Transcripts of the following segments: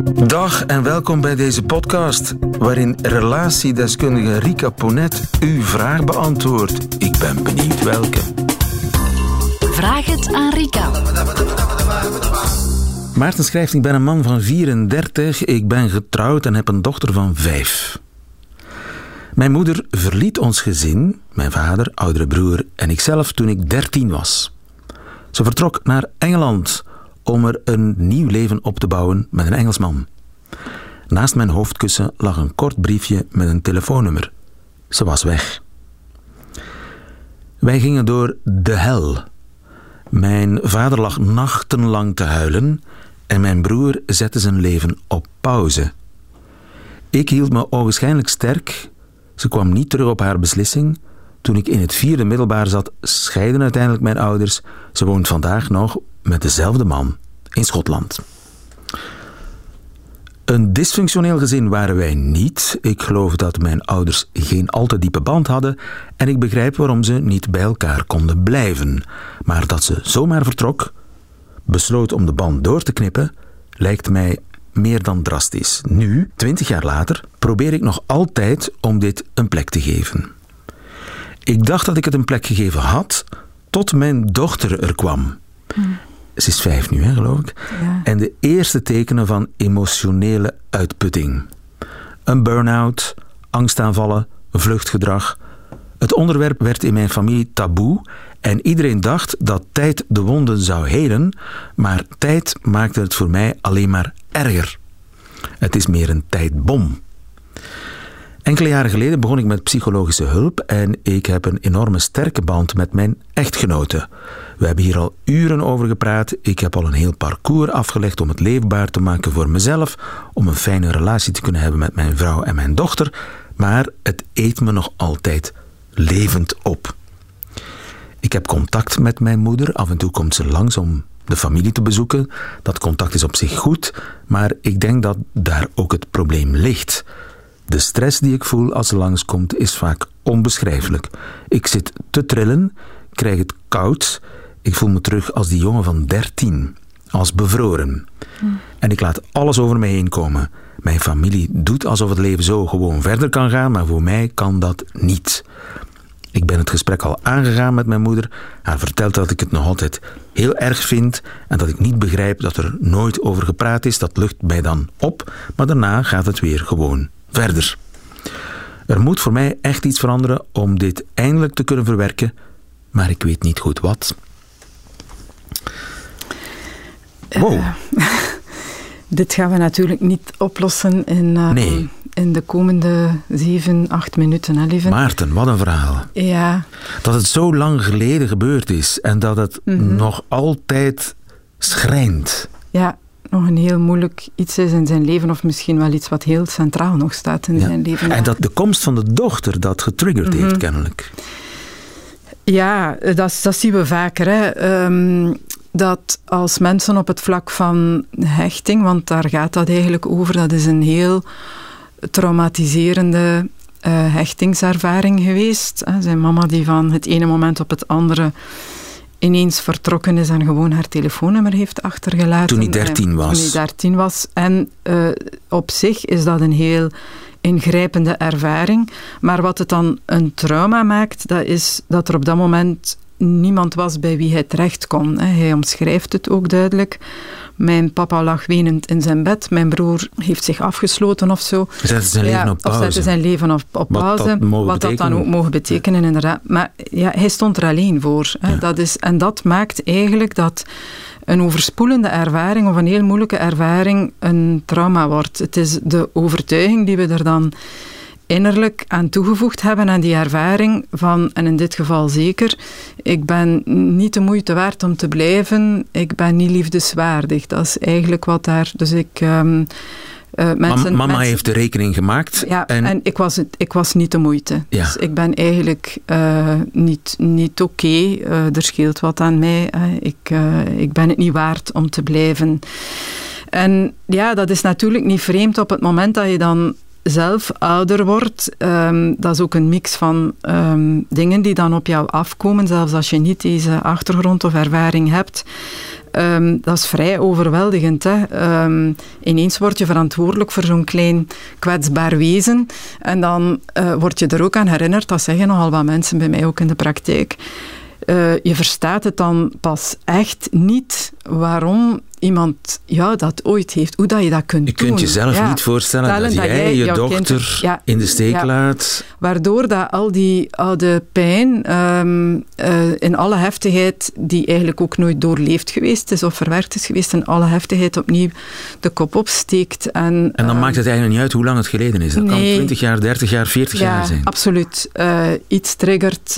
Dag en welkom bij deze podcast, waarin relatiedeskundige Rika Ponet uw vraag beantwoordt. Ik ben benieuwd welke. Vraag het aan Rika. Maarten schrijft, ik ben een man van 34, ik ben getrouwd en heb een dochter van 5. Mijn moeder verliet ons gezin, mijn vader, oudere broer en ikzelf toen ik 13 was. Ze vertrok naar Engeland om er een nieuw leven op te bouwen met een Engelsman. Naast mijn hoofdkussen lag een kort briefje met een telefoonnummer. Ze was weg. Wij gingen door de hel. Mijn vader lag nachtenlang te huilen en mijn broer zette zijn leven op pauze. Ik hield me ogenschijnlijk sterk. Ze kwam niet terug op haar beslissing. Toen ik in het 4e middelbaar zat, scheiden uiteindelijk mijn ouders. Ze woont vandaag nog met dezelfde man in Schotland. Een dysfunctioneel gezin waren wij niet. Ik geloof dat mijn ouders geen al te diepe band hadden en ik begrijp waarom ze niet bij elkaar konden blijven. Maar dat ze zomaar vertrok, besloot om de band door te knippen, lijkt mij meer dan drastisch. Nu, 20 jaar later, probeer ik nog altijd om dit een plek te geven. Ik dacht dat ik het een plek gegeven had, tot mijn dochter er kwam. Ze is 5 nu, geloof ik. Ja. En de eerste tekenen van emotionele uitputting. Een burn-out, angstaanvallen, vluchtgedrag. Het onderwerp werd in mijn familie taboe en iedereen dacht dat tijd de wonden zou helen, maar tijd maakte het voor mij alleen maar erger. Het is meer een tijdbom. Enkele jaren geleden begon ik met psychologische hulp en ik heb een enorme sterke band met mijn echtgenote. We hebben hier al uren over gepraat. Ik heb al een heel parcours afgelegd om het leefbaar te maken voor mezelf, om een fijne relatie te kunnen hebben met mijn vrouw en mijn dochter, maar het eet me nog altijd levend op. Ik heb contact met mijn moeder. Af en toe komt ze langs om de familie te bezoeken. Dat contact is op zich goed, maar ik denk dat daar ook het probleem ligt. De stress die ik voel als ze langskomt is vaak onbeschrijfelijk. Ik zit te trillen, krijg het koud. Ik voel me terug als die jongen van 13, als bevroren. En ik laat alles over me heen komen. Mijn familie doet alsof het leven zo gewoon verder kan gaan, maar voor mij kan dat niet. Ik ben het gesprek al aangegaan met mijn moeder, haar verteld dat ik het nog altijd heel erg vind en dat ik niet begrijp dat er nooit over gepraat is. Dat lucht mij dan op, maar daarna gaat het weer gewoon verder. Er moet voor mij echt iets veranderen om dit eindelijk te kunnen verwerken, maar ik weet niet goed wat. Wow. Dit gaan we natuurlijk niet oplossen in de komende 7-8 minuten, hè, lieve? Maarten, wat een verhaal. Ja. Dat het zo lang geleden gebeurd is en dat het nog altijd schrijnt. Ja, nog een heel moeilijk iets is in zijn leven, of misschien wel iets wat heel centraal nog staat in zijn leven. En dat de komst van de dochter dat getriggerd heeft, kennelijk. Ja, dat zien we vaker, hè. Dat als mensen op het vlak van hechting, want daar gaat dat eigenlijk over, dat is een heel traumatiserende hechtingservaring geweest. Zijn mama die van het ene moment op het andere ineens vertrokken is en gewoon haar telefoonnummer heeft achtergelaten. Toen hij 13 was. Toen hij 13 was. En op zich is dat een heel ingrijpende ervaring. Maar wat het dan een trauma maakt, dat is dat er op dat moment niemand was bij wie hij terecht kon. Hij omschrijft het ook duidelijk. Mijn papa lag wenend in zijn bed. Mijn broer heeft zich afgesloten of zo. Zette zijn leven op pauze. Of zette zijn leven op pauze. Wat dat dan ook mogen betekenen, inderdaad. Maar ja, hij stond er alleen voor. Ja. Dat maakt eigenlijk dat een overspoelende ervaring of een heel moeilijke ervaring een trauma wordt. Het is de overtuiging die we er dan innerlijk aan toegevoegd hebben aan die ervaring van, en in dit geval zeker, ik ben niet de moeite waard om te blijven, ik ben niet liefdeswaardig. Dat is eigenlijk wat daar... Dus Mama heeft de rekening gemaakt. Ja, en ik was niet de moeite. Ja. Dus ik ben eigenlijk niet oké. Er scheelt wat aan mij. Ik ben het niet waard om te blijven. En ja, dat is natuurlijk niet vreemd op het moment dat je dan zelf ouder wordt. Dat is ook een mix van dingen die dan op jou afkomen, zelfs als je niet deze achtergrond of ervaring hebt. dat is vrij overweldigend. Hè. Ineens word je verantwoordelijk voor zo'n klein kwetsbaar wezen. En dan word je er ook aan herinnerd, dat zeggen nogal wat mensen bij mij ook in de praktijk. Je verstaat het dan pas echt niet waarom iemand dat ooit heeft, hoe dat je dat kunt doen. Je kunt jezelf niet voorstellen dat jij je dochter in de steek laat. Waardoor dat al die oude pijn in alle heftigheid, die eigenlijk ook nooit doorleefd geweest is of verwerkt is geweest, in alle heftigheid opnieuw de kop opsteekt. En dan maakt het eigenlijk niet uit hoe lang het geleden is. Dat kan 20 jaar, 30 jaar, 40 jaar zijn. Absoluut. Iets triggert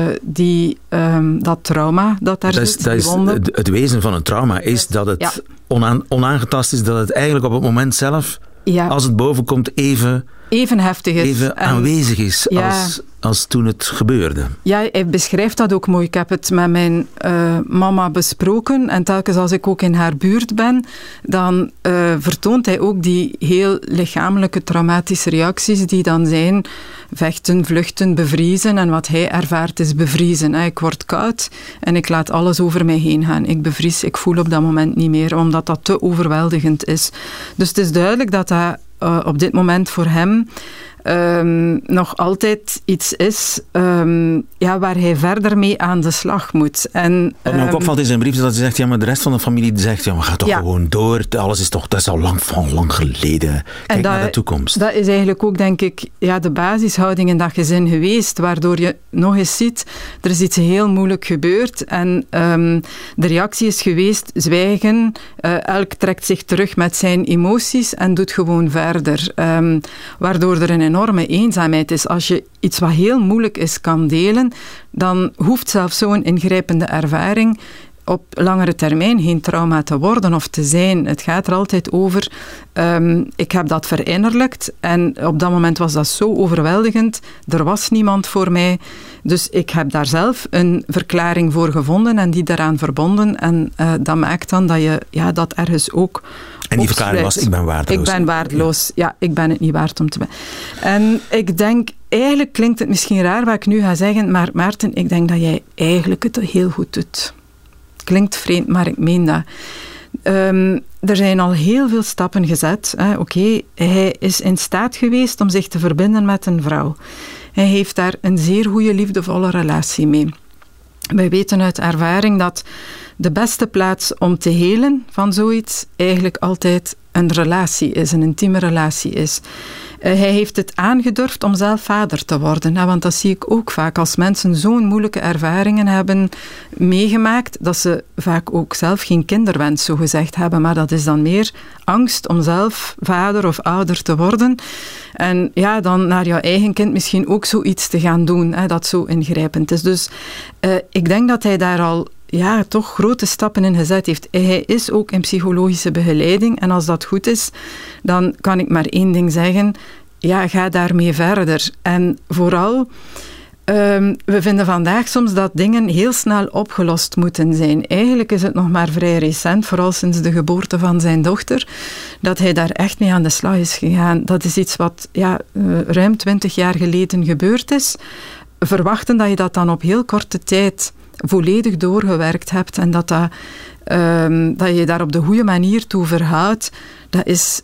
dat trauma dat daar zit. Het wezen van een trauma is dat het onaangetast is, dat het eigenlijk op het moment zelf, als het bovenkomt, even heftig is. Even aanwezig is als toen het gebeurde. Ja, hij beschrijft dat ook mooi. Ik heb het met mijn mama besproken en telkens als ik ook in haar buurt ben, dan vertoont hij ook die heel lichamelijke traumatische reacties die dan zijn vechten, vluchten, bevriezen. En wat hij ervaart is bevriezen. Ik word koud en ik laat alles over mij heen gaan. Ik bevries, ik voel op dat moment niet meer, omdat dat te overweldigend is. Dus het is duidelijk dat dat op dit moment voor hem nog altijd iets is waar hij verder mee aan de slag moet. En, wat me ook opvalt in zijn brief is dat hij zegt, maar de rest van de familie zegt, maar ga toch gewoon door. Alles is toch, dat is al lang geleden. Kijk naar de toekomst. Dat is eigenlijk ook, denk ik, de basishouding in dat gezin geweest, waardoor je nog eens ziet, er is iets heel moeilijk gebeurd en de reactie is geweest, zwijgen, elk trekt zich terug met zijn emoties en doet gewoon verder. Waardoor er een enorme eenzaamheid is. Als je iets wat heel moeilijk is kan delen, dan hoeft zelfs zo'n ingrijpende ervaring op langere termijn geen trauma te worden of te zijn. Het gaat er altijd over, ik heb dat verinnerlijkt en op dat moment was dat zo overweldigend. Er was niemand voor mij. Dus ik heb daar zelf een verklaring voor gevonden en die daaraan verbonden. En dat maakt dan dat je dat ergens ook en die verklaring was, ik ben waardeloos. Ik ben waardeloos. Ja, ik ben het niet waard om te zijn. En ik denk, eigenlijk klinkt het misschien raar wat ik nu ga zeggen, maar Maarten, ik denk dat jij eigenlijk het heel goed doet. Klinkt vreemd, maar ik meen dat. Er zijn al heel veel stappen gezet. Oké, hij is in staat geweest om zich te verbinden met een vrouw. Hij heeft daar een zeer goede, liefdevolle relatie mee. Wij weten uit ervaring dat de beste plaats om te helen van zoiets eigenlijk altijd een relatie is, een intieme relatie is. Hij heeft het aangedurfd om zelf vader te worden. Want dat zie ik ook vaak. Als mensen zo'n moeilijke ervaringen hebben meegemaakt, dat ze vaak ook zelf geen kinderwens zogezegd hebben. Maar dat is dan meer angst om zelf vader of ouder te worden. En dan naar jouw eigen kind misschien ook zoiets te gaan doen, dat zo ingrijpend is. Dus ik denk dat hij daar al toch grote stappen in gezet heeft. Hij is ook in psychologische begeleiding en als dat goed is, dan kan ik maar één ding zeggen. Ga daarmee verder. En vooral, we vinden vandaag soms dat dingen heel snel opgelost moeten zijn. Eigenlijk is het nog maar vrij recent, vooral sinds de geboorte van zijn dochter, dat hij daar echt mee aan de slag is gegaan. Dat is iets wat ruim 20 jaar geleden gebeurd is. Verwachten dat je dat dan op heel korte tijd volledig doorgewerkt hebt en dat je daar op de goede manier toe verhoudt, dat is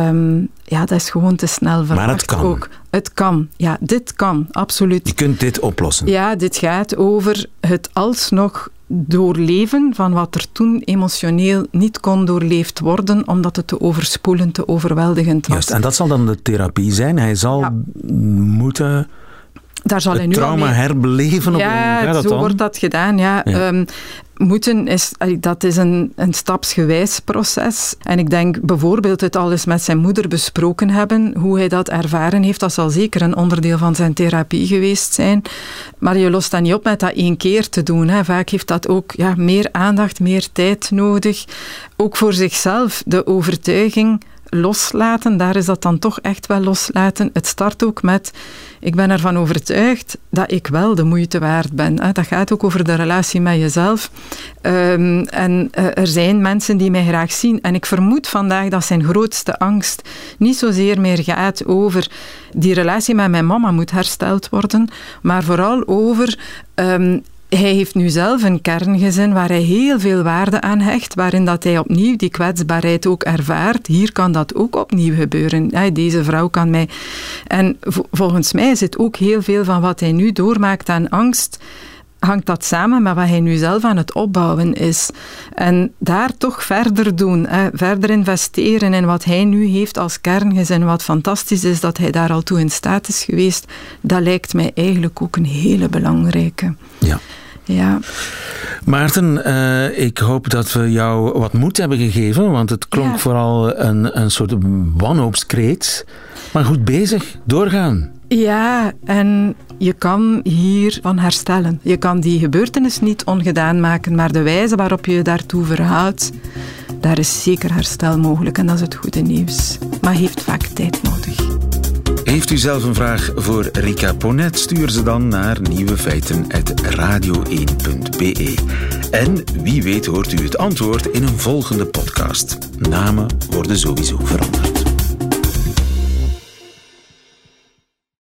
gewoon te snel verwacht. Maar het kan. Ook. Het kan. Ja, dit kan. Absoluut. Je kunt dit oplossen. Ja, dit gaat over het alsnog doorleven van wat er toen emotioneel niet kon doorleefd worden, omdat het te overspoelend, te overweldigend was. Juist, en dat zal dan de therapie zijn. Hij zal moeten daar zal hij nu trauma herbeleven? Zo wordt dat gedaan. Ja. Moeten is een stapsgewijs proces. En ik denk bijvoorbeeld het al eens met zijn moeder besproken hebben, hoe hij dat ervaren heeft. Dat zal zeker een onderdeel van zijn therapie geweest zijn. Maar je lost dat niet op met dat 1 keer te doen. Vaak heeft dat ook meer aandacht, meer tijd nodig. Ook voor zichzelf de overtuiging loslaten, daar is dat dan toch echt wel loslaten. Het start ook met, ik ben ervan overtuigd dat ik wel de moeite waard ben. Dat gaat ook over de relatie met jezelf. En er zijn mensen die mij graag zien. En ik vermoed vandaag dat zijn grootste angst niet zozeer meer gaat over die relatie met mijn mama moet hersteld worden, maar vooral over hij heeft nu zelf een kerngezin waar hij heel veel waarde aan hecht, waarin dat hij opnieuw die kwetsbaarheid ook ervaart. Hier kan dat ook opnieuw gebeuren. Deze vrouw kan mij... En volgens mij zit ook heel veel van wat hij nu doormaakt aan angst, hangt dat samen met wat hij nu zelf aan het opbouwen is. En daar toch verder doen, verder investeren in wat hij nu heeft als kerngezin, wat fantastisch is dat hij daar al toe in staat is geweest, dat lijkt mij eigenlijk ook een hele belangrijke. Ja. Maarten, ik hoop dat we jou wat moed hebben gegeven, want het klonk vooral een soort wanhoopskreet. Maar goed bezig, doorgaan. Ja, en je kan hiervan herstellen. Je kan die gebeurtenis niet ongedaan maken, maar de wijze waarop je je daartoe verhoudt, daar is zeker herstel mogelijk en dat is het goede nieuws. Maar heeft vaak tijd nodig. Heeft u zelf een vraag voor Rika Ponet? Stuur ze dan naar nieuwefeiten@radio1.be. En wie weet hoort u het antwoord in een volgende podcast. Namen worden sowieso veranderd.